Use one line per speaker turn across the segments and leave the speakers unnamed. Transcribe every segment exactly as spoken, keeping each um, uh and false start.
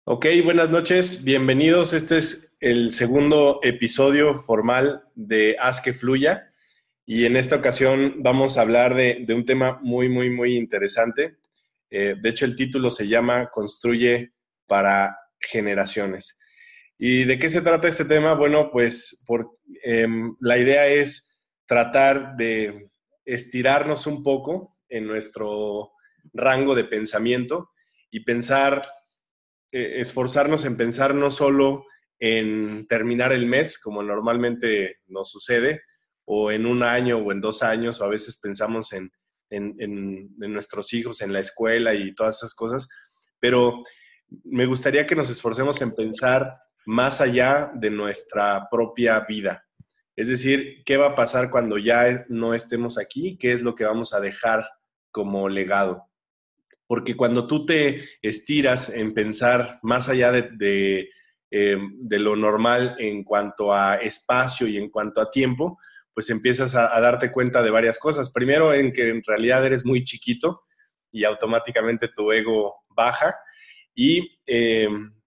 Ok, buenas noches, bienvenidos. Este es el segundo episodio formal de Haz que Fluya y en esta ocasión vamos a hablar de, de un tema muy, muy, muy interesante. Eh, de hecho, el título se llama Construye para generaciones. ¿Y de qué se trata este tema? Bueno, pues por, eh, la idea es tratar de estirarnos un poco en nuestro rango de pensamiento y pensar eh, esforzarnos en pensar no solo en terminar el mes, como normalmente nos sucede, o en un año o en dos años, o a veces pensamos en, en, en, en nuestros hijos, en la escuela y todas esas cosas, pero me gustaría que nos esforcemos en pensar más allá de nuestra propia vida. Es decir, ¿qué va a pasar cuando ya no estemos aquí? ¿Qué es lo que vamos a dejar como legado? Porque cuando tú te estiras en pensar más allá de, de, eh, de lo normal en cuanto a espacio y en cuanto a tiempo, pues empiezas a, a darte cuenta de varias cosas. Primero, en que en realidad eres muy chiquito y automáticamente tu ego baja y eh,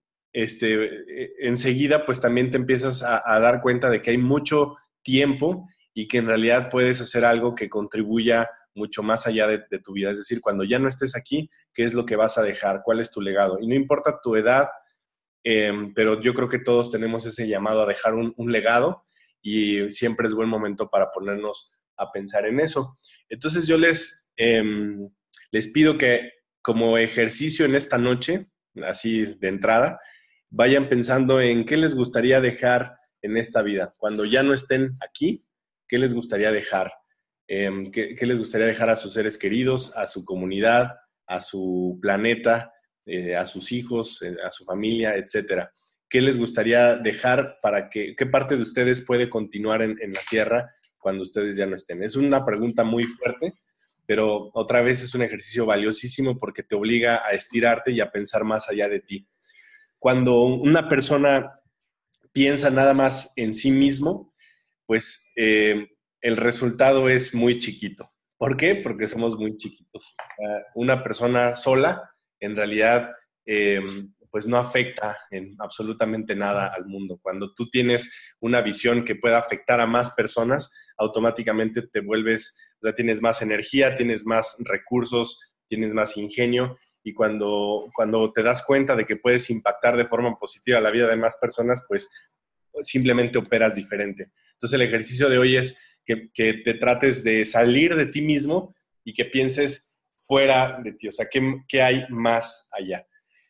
este, enseguida pues también te empiezas a, a dar cuenta de que hay mucho tiempo y que en realidad puedes hacer algo que contribuya mucho más allá de, de, tu vida. Es decir, cuando ya no estés aquí, ¿qué es lo que vas a dejar? ¿Cuál es tu legado? Y no importa tu edad, eh, pero yo creo que todos tenemos ese llamado a dejar un, un legado y siempre es buen momento para ponernos a pensar en eso. Entonces yo les, eh, les pido que como ejercicio en esta noche, así de entrada, vayan pensando en qué les gustaría dejar en esta vida. Cuando ya no estén aquí, ¿qué les gustaría dejar? Eh, ¿qué, ¿Qué les gustaría dejar a sus seres queridos, a su comunidad, a su planeta, eh, a sus hijos, eh, a su familia, etcétera? ¿Qué les gustaría dejar para que, qué parte de ustedes puede continuar en, en la Tierra cuando ustedes ya no estén? Es una pregunta muy fuerte, pero otra vez es un ejercicio valiosísimo porque te obliga a estirarte y a pensar más allá de ti. Cuando una persona piensa nada más en sí mismo, pues eh, el resultado es muy chiquito. ¿Por qué? Porque somos muy chiquitos. O sea, una persona sola, en realidad, eh, pues no afecta en absolutamente nada al mundo. Cuando tú tienes una visión que pueda afectar a más personas, automáticamente te vuelves, o sea, tienes más energía, tienes más recursos, tienes más ingenio y cuando, cuando te das cuenta de que puedes impactar de forma positiva la vida de más personas, pues simplemente operas diferente. Entonces el ejercicio de hoy es que, que te trates de salir de ti mismo y que pienses fuera de ti, o sea, ¿qué, qué hay más allá?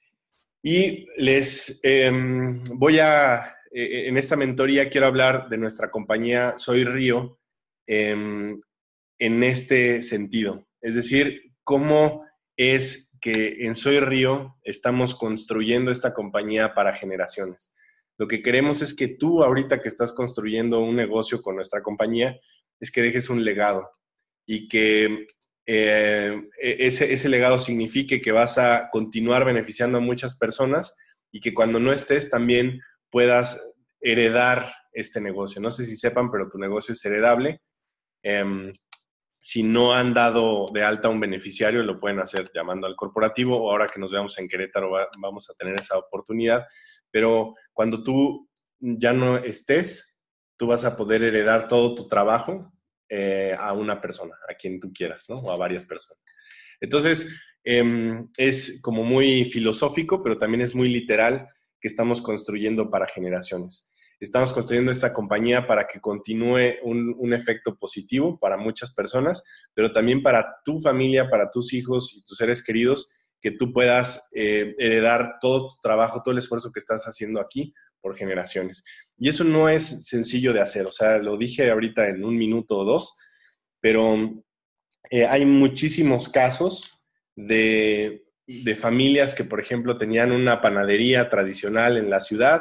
Y les eh, voy a, eh, en esta mentoría quiero hablar de nuestra compañía Soy Río eh, en este sentido. Es decir, cómo es que en Soy Río estamos construyendo esta compañía para generaciones. Lo que queremos es que tú, ahorita que estás construyendo un negocio con nuestra compañía, es que dejes un legado y que eh, ese, ese legado signifique que vas a continuar beneficiando a muchas personas y que cuando no estés también puedas heredar este negocio. No sé si sepan, pero tu negocio es heredable. Eh, si no han dado de alta a un beneficiario, lo pueden hacer llamando al corporativo o ahora que nos veamos en Querétaro va, vamos a tener esa oportunidad. Pero cuando tú ya no estés, tú vas a poder heredar todo tu trabajo eh, a una persona, a quien tú quieras, ¿no? O a varias personas. Entonces, eh, es como muy filosófico, pero también es muy literal que estamos construyendo para generaciones. Estamos construyendo esta compañía para que continúe un, un efecto positivo para muchas personas, pero también para tu familia, para tus hijos y tus seres queridos, que tú puedas eh, heredar todo tu trabajo, todo el esfuerzo que estás haciendo aquí por generaciones. Y eso no es sencillo de hacer, o sea, lo dije ahorita en un minuto o dos, pero eh, hay muchísimos casos de, de familias que, por ejemplo, tenían una panadería tradicional en la ciudad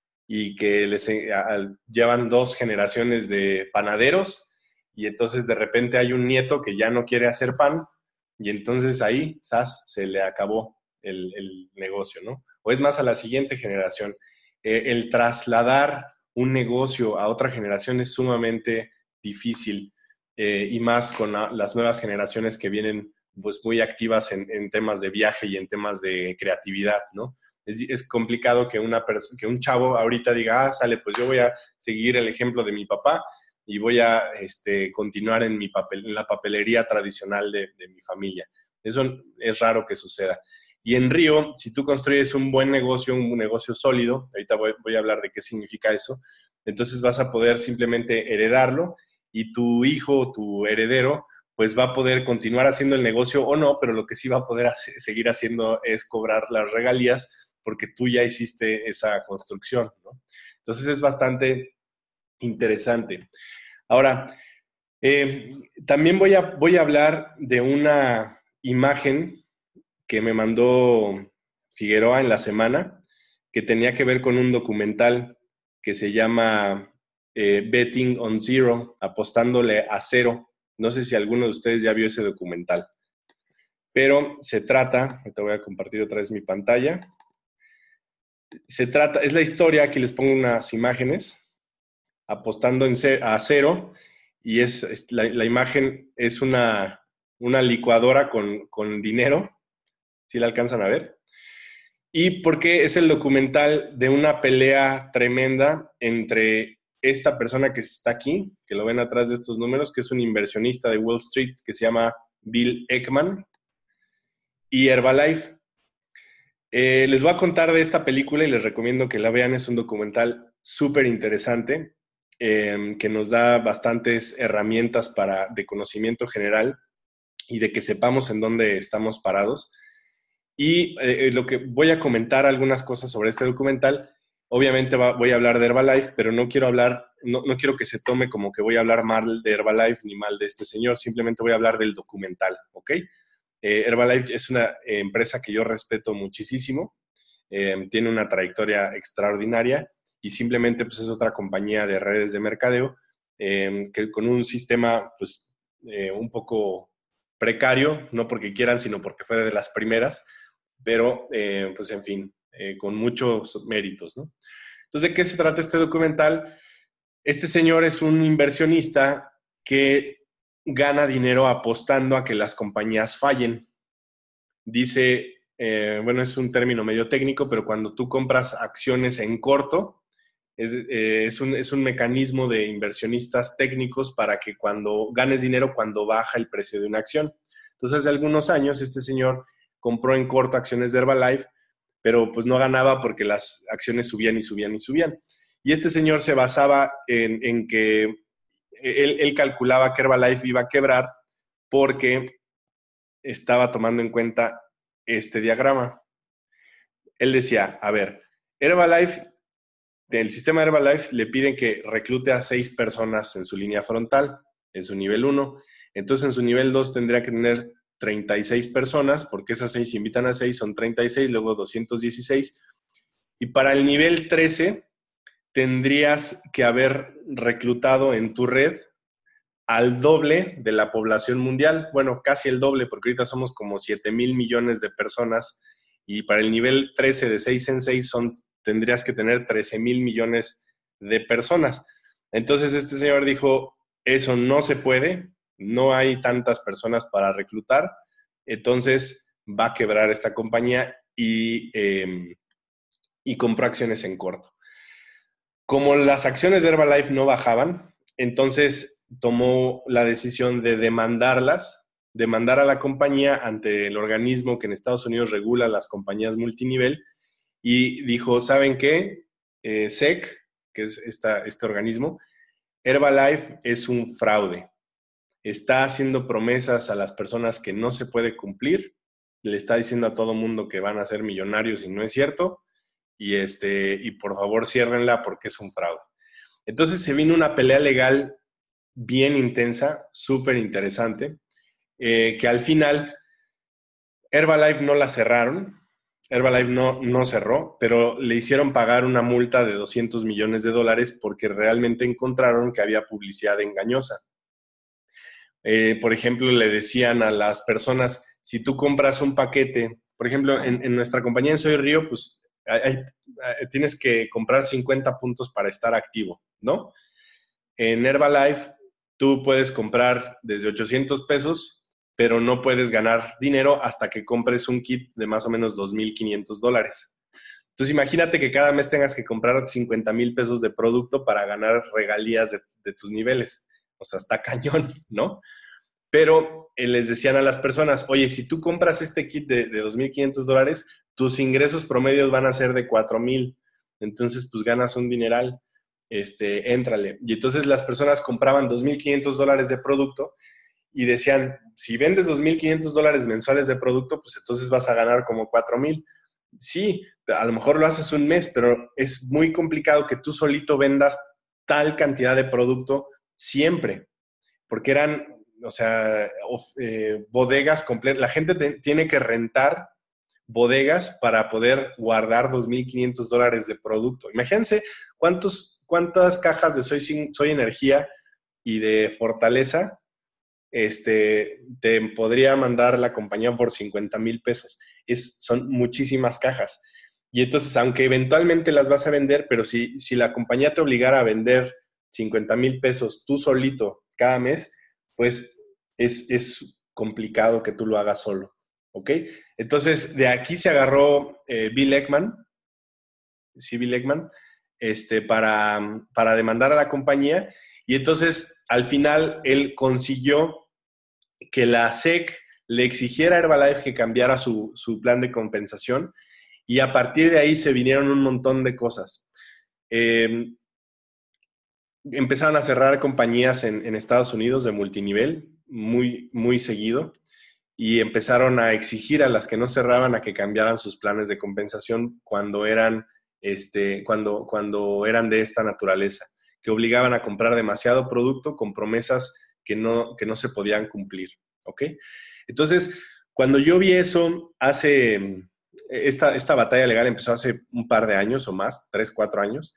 y que les eh, a, llevan dos generaciones de panaderos y entonces de repente hay un nieto que ya no quiere hacer pan y entonces ahí, ¡zas!, se le acabó el, el negocio, ¿no? O es más, a la siguiente generación. Eh, el trasladar un negocio a otra generación es sumamente difícil eh, y más con la, las nuevas generaciones que vienen pues muy activas en, en temas de viaje y en temas de creatividad, ¿no? Es, es complicado que, una que un chavo ahorita diga, ah, sale, pues yo voy a seguir el ejemplo de mi papá y voy a este, continuar en, mi papel, en la papelería tradicional de, de mi familia. Eso es raro que suceda. Y en Río, si tú construyes un buen negocio, un negocio sólido, ahorita voy, voy a hablar de qué significa eso, entonces vas a poder simplemente heredarlo y tu hijo o tu heredero pues va a poder continuar haciendo el negocio o no, pero lo que sí va a poder hacer, seguir haciendo es cobrar las regalías porque tú ya hiciste esa construcción, ¿no? Entonces es bastante interesante. Ahora, eh, también voy a, voy a hablar de una imagen que me mandó Figueroa en la semana, que tenía que ver con un documental que se llama eh, Betting on Zero, apostándole a cero. No sé si alguno de ustedes ya vio ese documental, pero se trata, te voy a compartir otra vez mi pantalla, se trata, es la historia, aquí les pongo unas imágenes, apostando en ce a cero, y es, es la, la imagen es una, una licuadora con, con dinero, ¿sí la alcanzan a ver? Y porque es el documental de una pelea tremenda entre esta persona que está aquí, que lo ven atrás de estos números, que es un inversionista de Wall Street que se llama Bill Ackman, y Herbalife. Eh, les voy a contar de esta película y les recomiendo que la vean. Es un documental súper interesante eh, que nos da bastantes herramientas para, de conocimiento general y de que sepamos en dónde estamos parados. Y eh, lo que voy a comentar algunas cosas sobre este documental. Obviamente va, voy a hablar de Herbalife, pero no quiero hablar, no, no quiero que se tome como que voy a hablar mal de Herbalife ni mal de este señor, simplemente voy a hablar del documental, ¿ok? Eh, Herbalife es una eh, empresa que yo respeto muchísimo, eh, tiene una trayectoria extraordinaria y simplemente pues, es otra compañía de redes de mercadeo eh, que con un sistema pues, eh, un poco precario, no porque quieran, sino porque fue de las primeras, pero eh, pues en fin, eh, con muchos méritos, ¿no? Entonces, ¿de qué se trata este documental? Este señor es un inversionista que gana dinero apostando a que las compañías fallen. Dice, eh, bueno, es un término medio técnico, pero cuando tú compras acciones en corto, es, eh, es, un, es un mecanismo de inversionistas técnicos para que cuando ganes dinero cuando baja el precio de una acción. Entonces, hace algunos años, este señor compró en corto acciones de Herbalife, pero pues no ganaba porque las acciones subían y subían y subían. Y este señor se basaba en, en que él, él calculaba que Herbalife iba a quebrar porque estaba tomando en cuenta este diagrama. Él decía, a ver, Herbalife, del sistema Herbalife le piden que reclute a seis personas en su línea frontal, en su nivel uno. Entonces en su nivel dos tendría que tener treinta y seis personas, porque esas seis invitan a seis, son treinta y seis, luego doscientos dieciséis. Y para el nivel trece tendrías que haber reclutado en tu red al doble de la población mundial. Bueno, casi el doble, porque ahorita somos como siete mil millones de personas y para el nivel trece de seis en seis son, tendrías que tener trece mil millones de personas. Entonces este señor dijo, eso no se puede, no hay tantas personas para reclutar, entonces va a quebrar esta compañía y, eh, y compró acciones en corto. Como las acciones de Herbalife no bajaban, entonces tomó la decisión de demandarlas, demandar a la compañía ante el organismo que en Estados Unidos regula las compañías multinivel y dijo, ¿saben qué? Eh, S E C, que es esta, este organismo, Herbalife es un fraude. Está haciendo promesas a las personas que no se puede cumplir, le está diciendo a todo mundo que van a ser millonarios y no es cierto, y, este, y por favor ciérrenla porque es un fraude. Entonces se vino una pelea legal bien intensa, súper interesante, eh, que al final Herbalife no la cerraron, Herbalife no, no cerró, pero le hicieron pagar una multa de doscientos millones de dólares porque realmente encontraron que había publicidad engañosa. Eh, por ejemplo, le decían a las personas, si tú compras un paquete, por ejemplo, en, en nuestra compañía en Soy Río, pues hay, hay, tienes que comprar cincuenta puntos para estar activo, ¿no? En Herbalife tú puedes comprar desde ochocientos pesos, pero no puedes ganar dinero hasta que compres un kit de más o menos dos mil quinientos dólares. Entonces imagínate que cada mes tengas que comprar cincuenta mil pesos de producto para ganar regalías de, de tus niveles. O sea, está cañón, ¿no? Pero eh, les decían a las personas, oye, si tú compras este kit de, de dos mil quinientos dólares, tus ingresos promedios van a ser de cuatro mil. Entonces, pues ganas un dineral, este, éntrale. Y entonces las personas compraban dos mil quinientos dólares de producto y decían, si vendes dos mil quinientos dólares mensuales de producto, pues entonces vas a ganar como cuatro mil. Sí, a lo mejor lo haces un mes, pero es muy complicado que tú solito vendas tal cantidad de producto siempre, porque eran, o sea, of, eh, bodegas completas. La gente te, tiene que rentar bodegas para poder guardar dos mil quinientos dólares de producto. Imagínense cuántos, cuántas cajas de Soy, Soy Energía y de Fortaleza este, te podría mandar la compañía por cincuenta mil pesos. Es, son muchísimas cajas. Y entonces, aunque eventualmente las vas a vender, pero si, si la compañía te obligara a vender cincuenta mil pesos tú solito cada mes, pues es, es complicado que tú lo hagas solo. ¿Ok? Entonces, de aquí se agarró eh, Bill Ackman, sí, Bill Ackman, este, para, para demandar a la compañía. Y entonces, al final, él consiguió que la S E C le exigiera a Herbalife que cambiara su, su plan de compensación y a partir de ahí se vinieron un montón de cosas. Eh, empezaron a cerrar compañías en, en Estados Unidos de multinivel muy, muy seguido y empezaron a exigir a las que no cerraban a que cambiaran sus planes de compensación cuando eran, este, cuando, cuando eran de esta naturaleza, que obligaban a comprar demasiado producto con promesas que no, que no se podían cumplir. ¿Ok? Entonces, cuando yo vi eso hace, esta, esta batalla legal empezó hace un par de años o más, tres, cuatro años.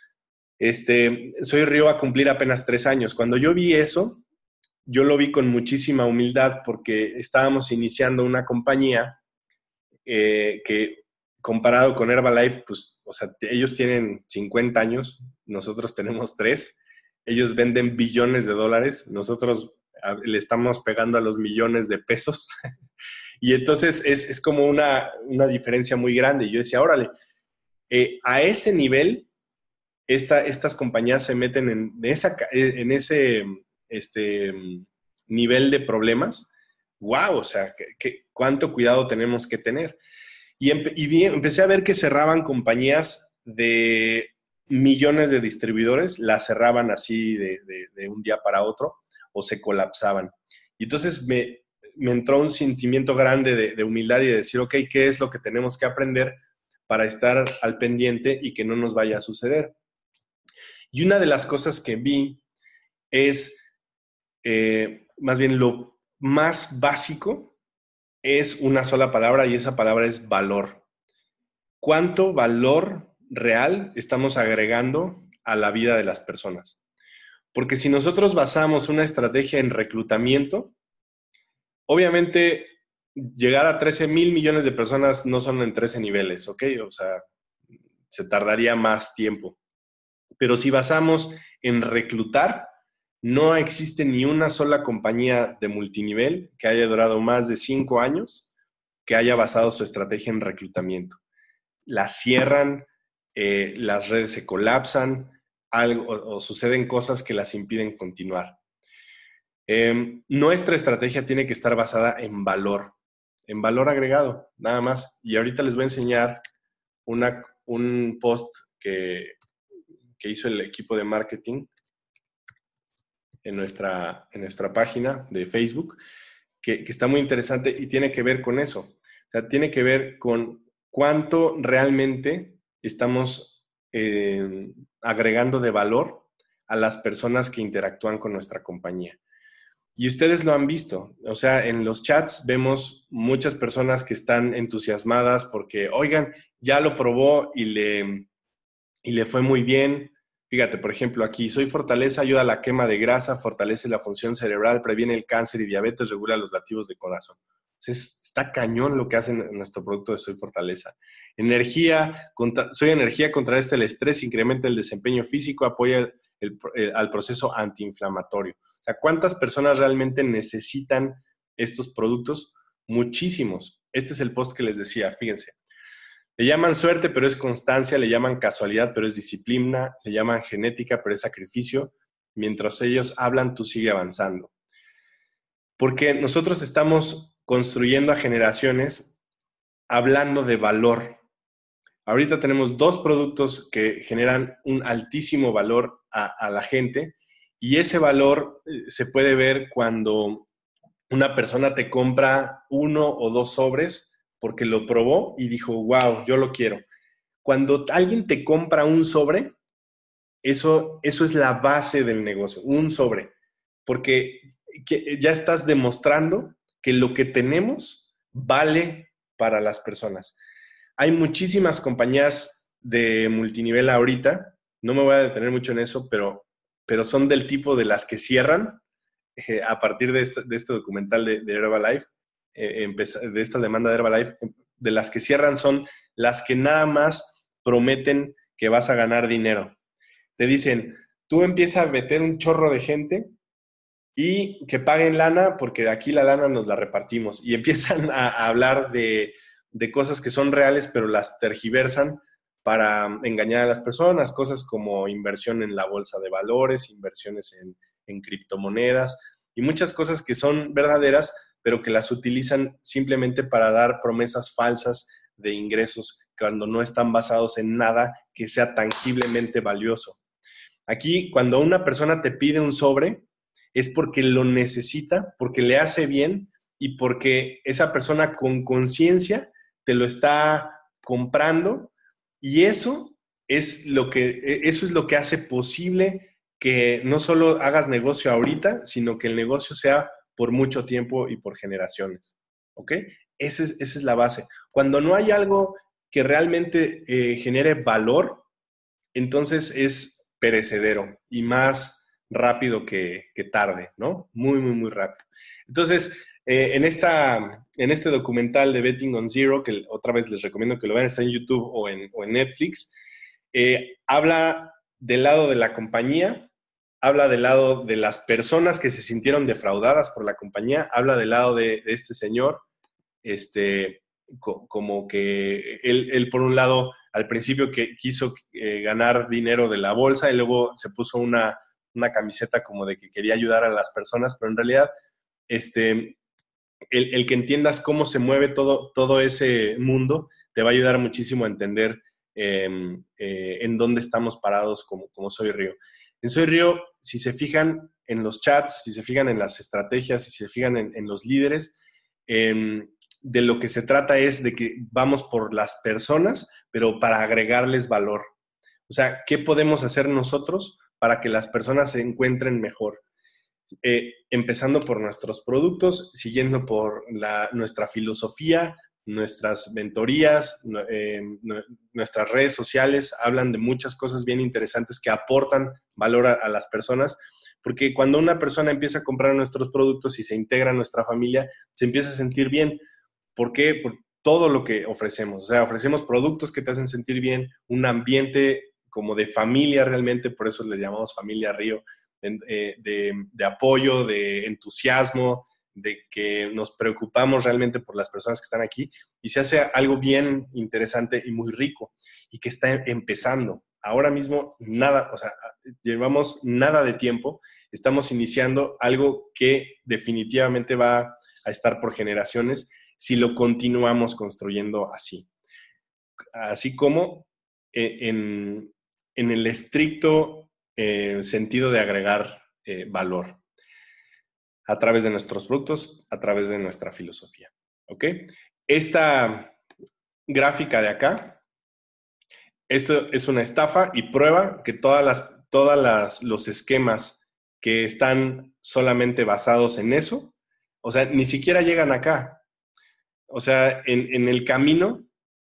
Este, Soy Río va a cumplir apenas tres años. Cuando yo vi eso, yo lo vi con muchísima humildad porque estábamos iniciando una compañía eh, que comparado con Herbalife, pues, o sea, ellos tienen cincuenta años, nosotros tenemos tres. Ellos venden billones de dólares, nosotros le estamos pegando a los millones de pesos. Y entonces es, es como una, una diferencia muy grande. Y yo decía, órale, eh, a ese nivel, esta, estas compañías se meten en, esa, en ese este, nivel de problemas. ¡Wow! O sea, que, que, ¿cuánto cuidado tenemos que tener? Y, empe y bien, empecé a ver que cerraban compañías de millones de distribuidores, las cerraban así de, de, de un día para otro o se colapsaban. Y entonces me, me entró un sentimiento grande de, de humildad y de decir, ok, ¿qué es lo que tenemos que aprender para estar al pendiente y que no nos vaya a suceder? Y una de las cosas que vi es, eh, más bien lo más básico, es una sola palabra y esa palabra es valor. ¿Cuánto valor real estamos agregando a la vida de las personas? Porque si nosotros basamos una estrategia en reclutamiento, obviamente llegar a trece mil millones de personas no son en trece niveles, ¿ok? O sea, se tardaría más tiempo. Pero si basamos en reclutar, no existe ni una sola compañía de multinivel que haya durado más de cinco años que haya basado su estrategia en reclutamiento. La cierran, eh, las redes se colapsan, algo, o, o suceden cosas que las impiden continuar. Eh, nuestra estrategia tiene que estar basada en valor, en valor agregado, nada más. Y ahorita les voy a enseñar una, un post que, que hizo el equipo de marketing en nuestra, en nuestra página de Facebook, que, que está muy interesante y tiene que ver con eso. O sea, tiene que ver con cuánto realmente estamos eh, agregando de valor a las personas que interactúan con nuestra compañía. Y ustedes lo han visto, o sea, en los chats vemos muchas personas que están entusiasmadas porque, oigan, ya lo probó y le, y le fue muy bien. Fíjate, por ejemplo, aquí, Soy Fortaleza, ayuda a la quema de grasa, fortalece la función cerebral, previene el cáncer y diabetes, regula los latidos de corazón. Entonces, está cañón lo que hace en nuestro producto de Soy Fortaleza. Energía, contra, Soy Energía contrarresta el estrés, incrementa el desempeño físico, apoya el, el, el, al proceso antiinflamatorio. O sea, ¿cuántas personas realmente necesitan estos productos? Muchísimos. Este es el post que les decía, fíjense. Le llaman suerte, pero es constancia, le llaman casualidad, pero es disciplina, le llaman genética, pero es sacrificio. Mientras ellos hablan, tú sigue avanzando. Porque nosotros estamos construyendo a generaciones hablando de valor. Ahorita tenemos dos productos que generan un altísimo valor a, a la gente y ese valor eh, se puede ver cuando una persona te compra uno o dos sobres porque lo probó y dijo, wow, yo lo quiero. Cuando alguien te compra un sobre, eso, eso es la base del negocio, un sobre, porque que ya estás demostrando que lo que tenemos vale para las personas. Hay muchísimas compañías de multinivel ahorita, no me voy a detener mucho en eso, pero, pero son del tipo de las que cierran eh, a partir de este, de este documental de, de Herbalife, eh, de esta demanda de Herbalife, de las que cierran son las que nada más prometen que vas a ganar dinero. Te dicen, tú empiezas a meter un chorro de gente y que paguen lana porque aquí la lana nos la repartimos. Y empiezan a, a hablar de, de cosas que son reales, pero las tergiversan para engañar a las personas, cosas como inversión en la bolsa de valores, inversiones en, en criptomonedas y muchas cosas que son verdaderas, pero que las utilizan simplemente para dar promesas falsas de ingresos cuando no están basados en nada que sea tangiblemente valioso. Aquí, cuando una persona te pide un sobre, es porque lo necesita, porque le hace bien y porque esa persona con conciencia te lo está comprando y eso es lo que, eso es lo que hace posible que no solo hagas negocio ahorita, sino que el negocio sea por mucho tiempo y por generaciones. ¿Ok? Esa es, esa es la base. Cuando no hay algo que realmente eh, genere valor, entonces es perecedero y más rápido que, que tarde, ¿no? Muy, muy, muy rápido. Entonces, eh, en, esta, en este documental de Betting on Zero, que otra vez les recomiendo que lo vean, está en YouTube o en, o en Netflix, eh, habla del lado de la compañía, habla del lado de las personas que se sintieron defraudadas por la compañía, habla del lado de, de este señor, este, co como que él, él, por un lado, al principio que quiso eh, ganar dinero de la bolsa y luego se puso una, una camiseta como de que quería ayudar a las personas, pero en realidad este, el, el que entiendas cómo se mueve todo, todo ese mundo te va a ayudar muchísimo a entender eh, eh, en dónde estamos parados como, como Soy Río. En Soy Río, si se fijan en los chats, si se fijan en las estrategias, si se fijan en, en los líderes, eh, de lo que se trata es de que vamos por las personas, pero para agregarles valor. O sea, ¿qué podemos hacer nosotros para que las personas se encuentren mejor? Eh, empezando por nuestros productos, siguiendo por la, nuestra filosofía, nuestras mentorías, eh, nuestras redes sociales, hablan de muchas cosas bien interesantes que aportan valor a, a las personas, porque cuando una persona empieza a comprar nuestros productos y se integra a nuestra familia, se empieza a sentir bien. ¿Por qué? Por todo lo que ofrecemos. O sea, ofrecemos productos que te hacen sentir bien, un ambiente como de familia realmente, por eso le llamamos Familia Río, de, de, de apoyo, de entusiasmo, de que nos preocupamos realmente por las personas que están aquí y se hace algo bien interesante y muy rico y que está empezando. Ahora mismo nada, o sea, llevamos nada de tiempo, estamos iniciando algo que definitivamente va a estar por generaciones si lo continuamos construyendo así. Así como en, en el estricto eh, sentido de agregar eh, valor a través de nuestros productos, a través de nuestra filosofía. ¿Ok? Esta gráfica de acá, esto es una estafa y prueba que todas las, todas las, los esquemas que están solamente basados en eso, o sea, ni siquiera llegan acá. O sea, en, en el camino,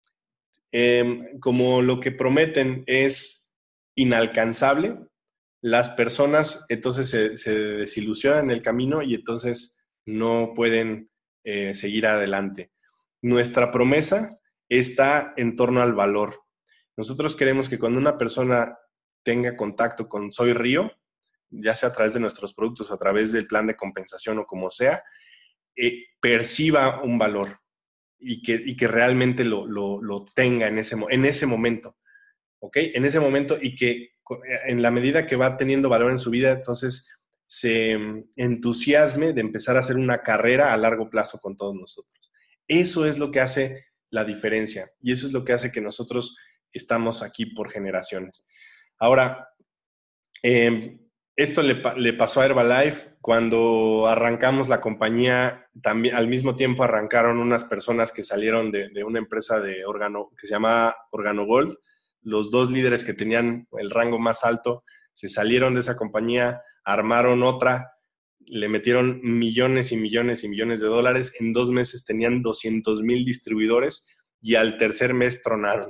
eh, como lo que prometen es inalcanzable, las personas entonces se, se desilusionan en el camino y entonces no pueden eh, seguir adelante. Nuestra promesa está en torno al valor. Nosotros queremos que cuando una persona tenga contacto con Soy Río, ya sea a través de nuestros productos o a través del plan de compensación o como sea, eh, perciba un valor. y que, y que realmente lo, lo, lo tenga en ese, en ese momento, ¿ok? En ese momento y que en la medida que va teniendo valor en su vida, entonces se entusiasme de empezar a hacer una carrera a largo plazo con todos nosotros. Eso es lo que hace la diferencia y eso es lo que hace que nosotros estamos aquí por generaciones. Ahora, eh, esto le, le, pasó a Herbalife cuando arrancamos la compañía. También al mismo tiempo arrancaron unas personas que salieron de, de una empresa de órgano que se llama OrganoGold. Los dos líderes que tenían el rango más alto se salieron de esa compañía, armaron otra, le metieron millones y millones y millones de dólares. En dos meses tenían doscientos mil distribuidores y al tercer mes tronaron.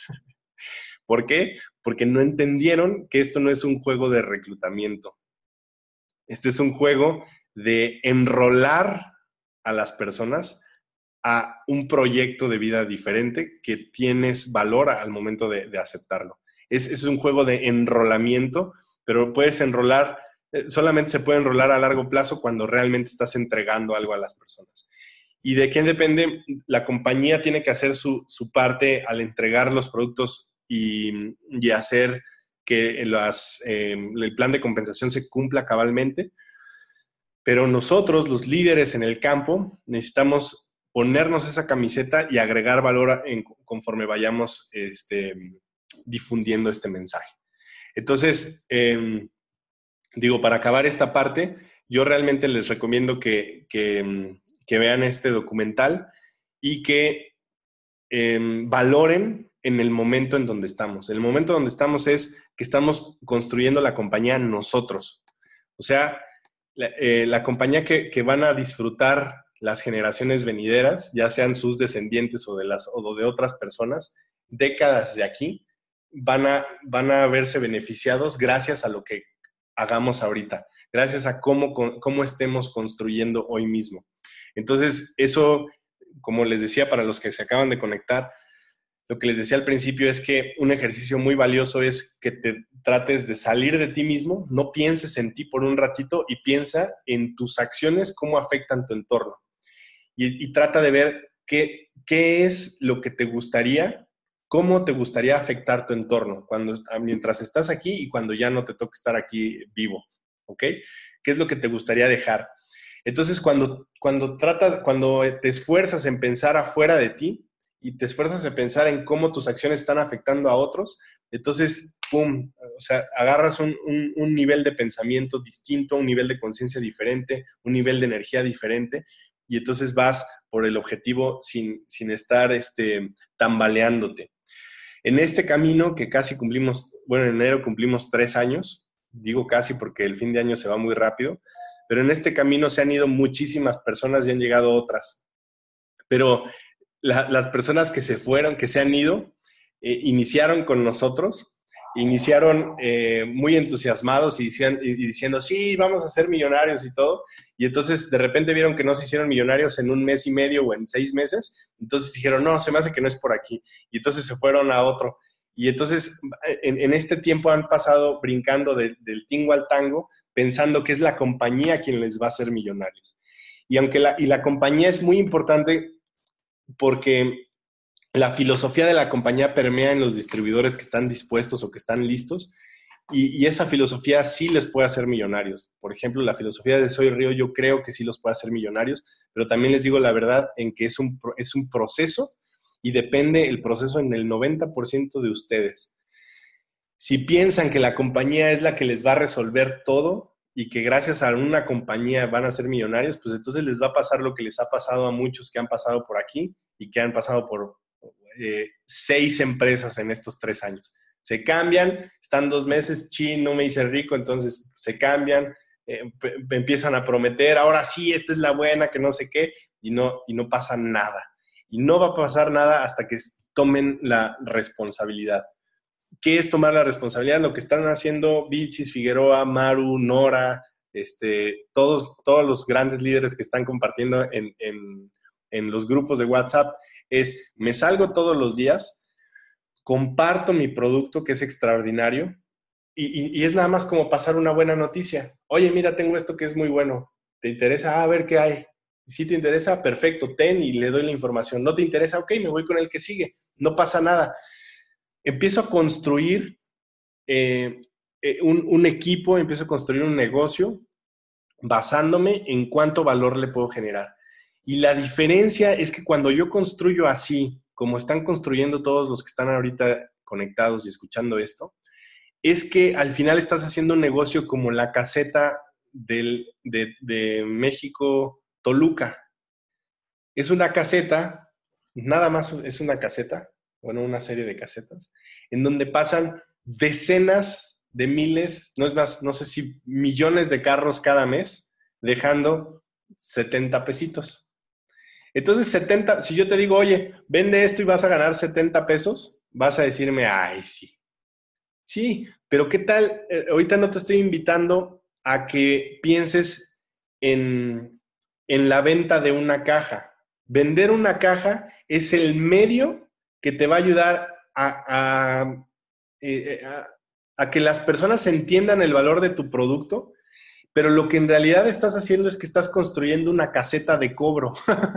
¿Por qué? Porque no entendieron que esto no es un juego de reclutamiento. Este es un juego de enrolar a las personas a un proyecto de vida diferente que tienes valor al momento de, de aceptarlo. Es, es un juego de enrolamiento, pero puedes enrolar, solamente se puede enrolar a largo plazo cuando realmente estás entregando algo a las personas. ¿Y de quién depende? La compañía tiene que hacer su, su parte al entregar los productos y, y hacer que las, eh, el plan de compensación se cumpla cabalmente. Pero nosotros, los líderes en el campo, necesitamos ponernos esa camiseta y agregar valor en, conforme vayamos este, difundiendo este mensaje. Entonces, eh, digo, para acabar esta parte, yo realmente les recomiendo que, que, que vean este documental y que eh, valoren en el momento en donde estamos. El momento donde estamos es que estamos construyendo la compañía nosotros. O sea, la, eh, la compañía que, que van a disfrutar las generaciones venideras, ya sean sus descendientes o de, las, o de otras personas, décadas de aquí, van a, van a verse beneficiados gracias a lo que hagamos ahorita, gracias a cómo, cómo estemos construyendo hoy mismo. Entonces, eso, como les decía, para los que se acaban de conectar, lo que les decía al principio es que un ejercicio muy valioso es que te trates de salir de ti mismo, no pienses en ti por un ratito y piensa en tus acciones, cómo afectan tu entorno. Y, y trata de ver qué, qué es lo que te gustaría, cómo te gustaría afectar tu entorno cuando, mientras estás aquí y cuando ya no te toque estar aquí vivo, ¿ok? ¿Qué es lo que te gustaría dejar? Entonces, cuando, cuando, tratas, cuando te esfuerzas en pensar afuera de ti y te esfuerzas en pensar en cómo tus acciones están afectando a otros, entonces, ¡pum! O sea, agarras un, un, un nivel de pensamiento distinto, un nivel de conciencia diferente, un nivel de energía diferente, y entonces vas por el objetivo sin, sin estar este, tambaleándote. En este camino que casi cumplimos, bueno, en enero cumplimos tres años, digo casi porque el fin de año se va muy rápido, pero en este camino se han ido muchísimas personas y han llegado otras. Pero la, las personas que se fueron, que se han ido, eh, iniciaron con nosotros, iniciaron eh, muy entusiasmados y, decían, y diciendo, sí, vamos a ser millonarios y todo. Y entonces de repente vieron que no se hicieron millonarios en un mes y medio o en seis meses. Entonces dijeron, no, se me hace que no es por aquí. Y entonces se fueron a otro. Y entonces en, en este tiempo han pasado brincando de, del tingo al tango, pensando que es la compañía quien les va a hacer millonarios. Y aunque la, y la compañía es muy importante porque la filosofía de la compañía permea en los distribuidores que están dispuestos o que están listos, y, y esa filosofía sí les puede hacer millonarios. Por ejemplo, la filosofía de Soy Río yo creo que sí los puede hacer millonarios, pero también les digo la verdad en que es un, es un proceso y depende el proceso en el noventa por ciento de ustedes. Si piensan que la compañía es la que les va a resolver todo y que gracias a una compañía van a ser millonarios, pues entonces les va a pasar lo que les ha pasado a muchos que han pasado por aquí y que han pasado por eh, seis empresas en estos tres años. Se cambian, están dos meses, chin, no me hice rico, entonces se cambian, eh, empiezan a prometer, ahora sí, esta es la buena, que no sé qué, y no, y no pasa nada. Y no va a pasar nada hasta que tomen la responsabilidad. ¿Qué es tomar la responsabilidad? Lo que están haciendo Vilchis, Figueroa, Maru, Nora, este, todos, todos los grandes líderes que están compartiendo en, en, en los grupos de WhatsApp, es, me salgo todos los días, comparto mi producto que es extraordinario y, y, y es nada más como pasar una buena noticia. Oye, mira, tengo esto que es muy bueno. ¿Te interesa? Ah, a ver qué hay. Si te interesa, perfecto, ten y le doy la información. No te interesa, ok, me voy con el que sigue. No pasa nada. Empiezo a construir eh, eh, un, un equipo, empiezo a construir un negocio basándome en cuánto valor le puedo generar. Y la diferencia es que cuando yo construyo así, como están construyendo todos los que están ahorita conectados y escuchando esto, es que al final estás haciendo un negocio como la caseta del, de, de México Toluca. Es una caseta, nada más es una caseta, bueno, una serie de casetas, en donde pasan decenas de miles, no es más, no sé si millones de carros cada mes, dejando setenta pesitos. Entonces, setenta, si yo te digo, oye, vende esto y vas a ganar setenta pesos, vas a decirme, ay, sí. Sí, pero ¿qué tal? Eh, ahorita no te estoy invitando a que pienses en, en la venta de una caja. Vender una caja es el medio que te va a ayudar a, a, eh, a, a que las personas entiendan el valor de tu producto, pero lo que en realidad estás haciendo es que estás construyendo una caseta de cobro.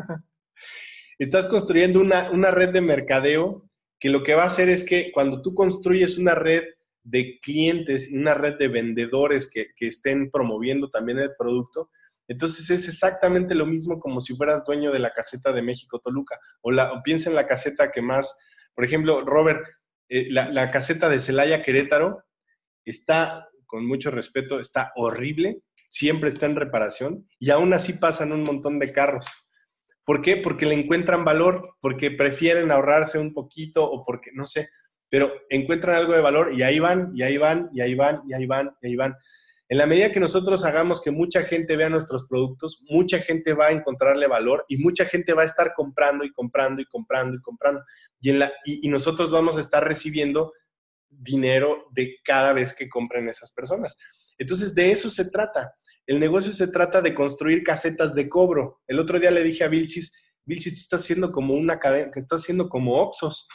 Estás construyendo una, una red de mercadeo que lo que va a hacer es que cuando tú construyes una red de clientes y una red de vendedores que, que estén promoviendo también el producto, entonces es exactamente lo mismo como si fueras dueño de la caseta de México Toluca. O, la, o piensa en la caseta que más, por ejemplo, Robert, eh, la, la caseta de Celaya Querétaro está, con mucho respeto, está horrible, siempre está en reparación y aún así pasan un montón de carros. ¿Por qué? Porque le encuentran valor, porque prefieren ahorrarse un poquito o porque, no sé, pero encuentran algo de valor y ahí van, y ahí van, y ahí van, y ahí van, y ahí van. En la medida que nosotros hagamos que mucha gente vea nuestros productos, mucha gente va a encontrarle valor y mucha gente va a estar comprando y comprando y comprando y comprando. Y, en la, y, y nosotros vamos a estar recibiendo dinero de cada vez que compren esas personas. Entonces, de eso se trata. El negocio se trata de construir casetas de cobro. El otro día le dije a Vilchis, Vilchis, tú estás haciendo como una cadena, que estás haciendo como Oxxos.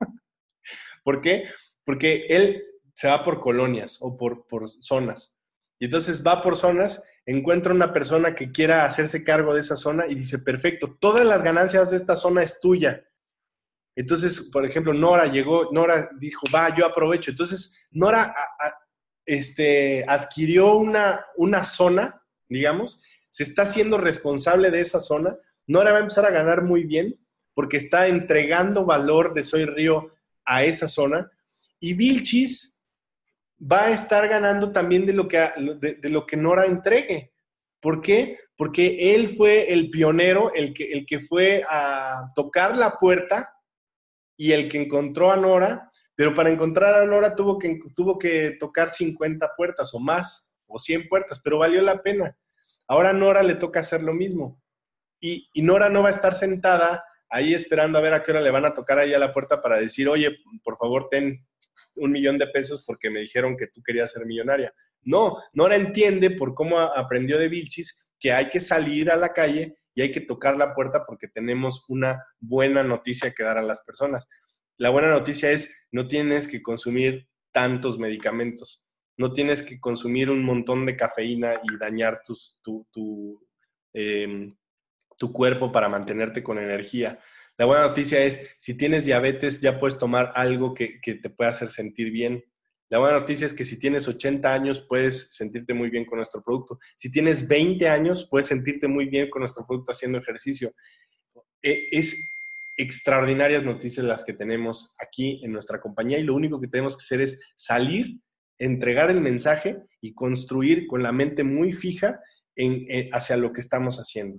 ¿Por qué? Porque él se va por colonias o por, por zonas. Y entonces va por zonas, encuentra una persona que quiera hacerse cargo de esa zona y dice, perfecto, todas las ganancias de esta zona es tuya. Entonces, por ejemplo, Nora llegó, Nora dijo, va, yo aprovecho. Entonces, Nora a, a, este, adquirió una, una zona, digamos, se está haciendo responsable de esa zona. Nora va a empezar a ganar muy bien porque está entregando valor de Soy Río a esa zona. Y Vilchis va a estar ganando también de lo que, de, de lo que Nora entregue. ¿Por qué? Porque él fue el pionero, el que, el que fue a tocar la puerta y el que encontró a Nora, pero para encontrar a Nora tuvo que, tuvo que tocar cincuenta puertas o más, o cien puertas, pero valió la pena. Ahora a Nora le toca hacer lo mismo. Y, y Nora no va a estar sentada ahí esperando a ver a qué hora le van a tocar ahí a la puerta para decir, oye, por favor, ten un millón de pesos porque me dijeron que tú querías ser millonaria. No, Nora entiende por cómo aprendió de Vilchis que hay que salir a la calle y hay que tocar la puerta porque tenemos una buena noticia que dar a las personas. La buena noticia es, no tienes que consumir tantos medicamentos, no tienes que consumir un montón de cafeína y dañar tus, tu, tu, eh, tu cuerpo para mantenerte con energía. La buena noticia es, si tienes diabetes, ya puedes tomar algo que, que te pueda hacer sentir bien. La buena noticia es que si tienes ochenta años, puedes sentirte muy bien con nuestro producto. Si tienes veinte años, puedes sentirte muy bien con nuestro producto haciendo ejercicio. Es extraordinarias noticias las que tenemos aquí en nuestra compañía y lo único que tenemos que hacer es salir, entregar el mensaje y construir con la mente muy fija en, en, hacia lo que estamos haciendo.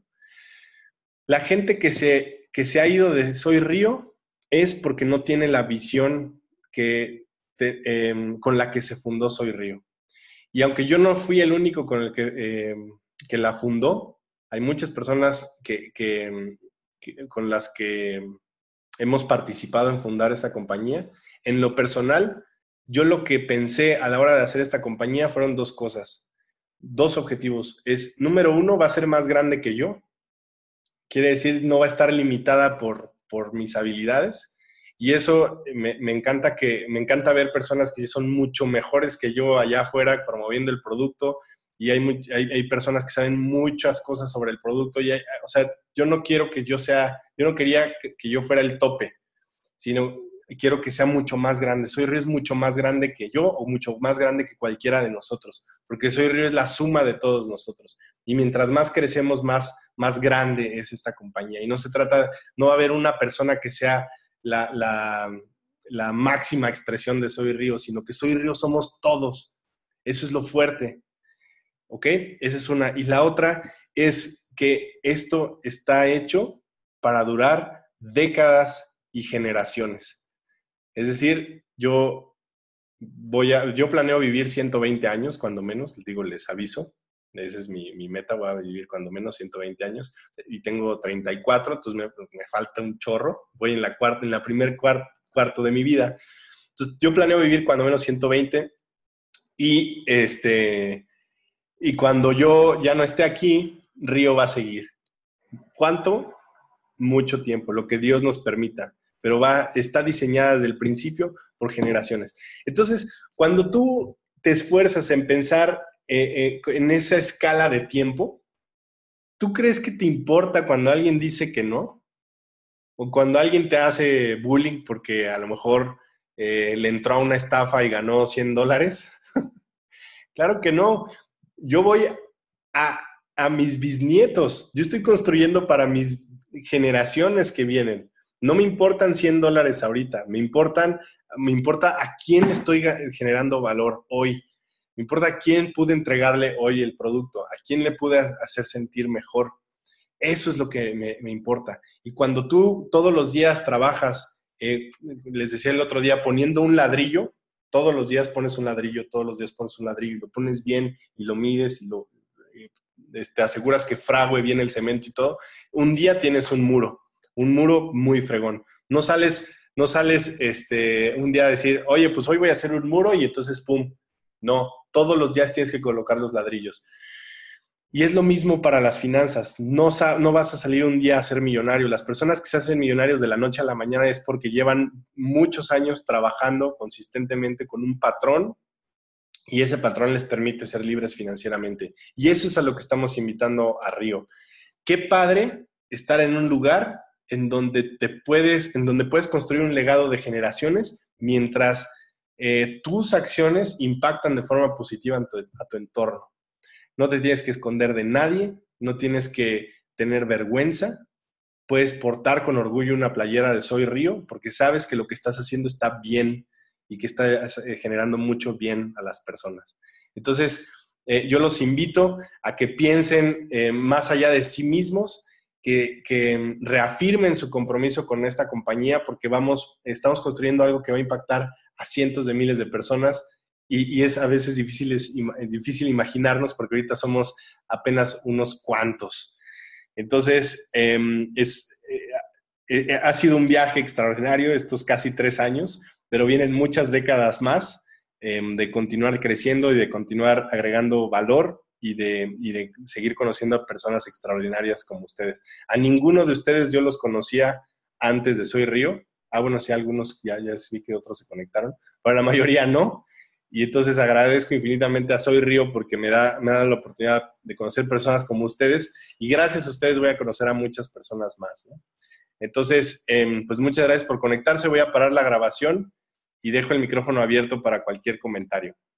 La gente que se, que se ha ido de Soy Río es porque no tiene la visión que, te, eh, con la que se fundó Soy Río. Y aunque yo no fui el único con el que, eh, que la fundó, hay muchas personas que, que, que, con las que hemos participado en fundar esta compañía. En lo personal, yo lo que pensé a la hora de hacer esta compañía fueron dos cosas, dos objetivos. Es, número uno, va a ser más grande que yo. Quiere decir, no va a estar limitada por, por mis habilidades. Y eso me, me, encanta que, me encanta ver personas que son mucho mejores que yo allá afuera promoviendo el producto y hay, muy, hay, hay personas que saben muchas cosas sobre el producto. Y hay, o sea, yo no quiero que yo sea, yo no quería que, que yo fuera el tope, sino quiero que sea mucho más grande. Soy Río es mucho más grande que yo o mucho más grande que cualquiera de nosotros, porque Soy Río es la suma de todos nosotros. Y mientras más crecemos, más, más grande es esta compañía. Y no se trata, no va a haber una persona que sea la, la, la máxima expresión de Soy Río, sino que Soy Río somos todos. Eso es lo fuerte. ¿Ok? Esa es una. Y la otra es que esto está hecho para durar décadas y generaciones. Es decir, yo voy a, yo planeo vivir ciento veinte años, cuando menos, digo, les aviso. Esa es mi, mi meta, voy a vivir cuando menos ciento veinte años. Y tengo treinta y cuatro, entonces me, me falta un chorro. Voy en la cuarta, en la primer cuart, cuarto de mi vida. Entonces, yo planeo vivir cuando menos ciento veinte y este... Y cuando yo ya no esté aquí, Río va a seguir. ¿Cuánto? Mucho tiempo, lo que Dios nos permita. Pero va, está diseñada desde el principio por generaciones. Entonces, cuando tú te esfuerzas en pensar eh, eh, en esa escala de tiempo, ¿tú crees que te importa cuando alguien dice que no? ¿O cuando alguien te hace bullying porque a lo mejor eh, le entró a una estafa y ganó cien dólares? Claro que no. Yo voy a, a mis bisnietos. Yo estoy construyendo para mis generaciones que vienen. No me importan cien dólares ahorita. Me importan, me importa a quién estoy generando valor hoy. Me importa a quién pude entregarle hoy el producto, a quién le pude hacer sentir mejor. Eso es lo que me, me importa. Y cuando tú todos los días trabajas, eh, les decía el otro día, poniendo un ladrillo, todos los días pones un ladrillo, todos los días pones un ladrillo, y lo pones bien y lo mides y lo, y te aseguras que frague bien el cemento y todo, un día tienes un muro, un muro muy fregón. No sales, no sales este, un día a decir, oye, pues hoy voy a hacer un muro y entonces pum. No, todos los días tienes que colocar los ladrillos. Y es lo mismo para las finanzas. No, no vas a salir un día a ser millonario. Las personas que se hacen millonarios de la noche a la mañana es porque llevan muchos años trabajando consistentemente con un patrón y ese patrón les permite ser libres financieramente. Y eso es a lo que estamos invitando a Río. Qué padre estar en un lugar en donde te puedes, en donde puedes construir un legado de generaciones mientras eh, tus acciones impactan de forma positiva a tu, a tu entorno. No te tienes que esconder de nadie, no tienes que tener vergüenza, puedes portar con orgullo una playera de Soy Río porque sabes que lo que estás haciendo está bien y que está generando mucho bien a las personas. Entonces, eh, yo los invito a que piensen eh, más allá de sí mismos, que, que reafirmen su compromiso con esta compañía porque vamos, estamos construyendo algo que va a impactar a cientos de miles de personas. Y, y es a veces difícil, es, difícil imaginarnos porque ahorita somos apenas unos cuantos. Entonces, eh, es, eh, eh, ha sido un viaje extraordinario estos casi tres años, pero vienen muchas décadas más eh, de continuar creciendo y de continuar agregando valor y de, y de seguir conociendo a personas extraordinarias como ustedes. A ninguno de ustedes yo los conocía antes de Soy Río. Ah, bueno, sí, algunos ya, ya vi que otros se conectaron, pero la mayoría no. Y entonces agradezco infinitamente a Soy Río porque me da, me da la oportunidad de conocer personas como ustedes y gracias a ustedes voy a conocer a muchas personas más, ¿no? Entonces, eh, pues muchas gracias por conectarse. Voy a parar la grabación y dejo el micrófono abierto para cualquier comentario.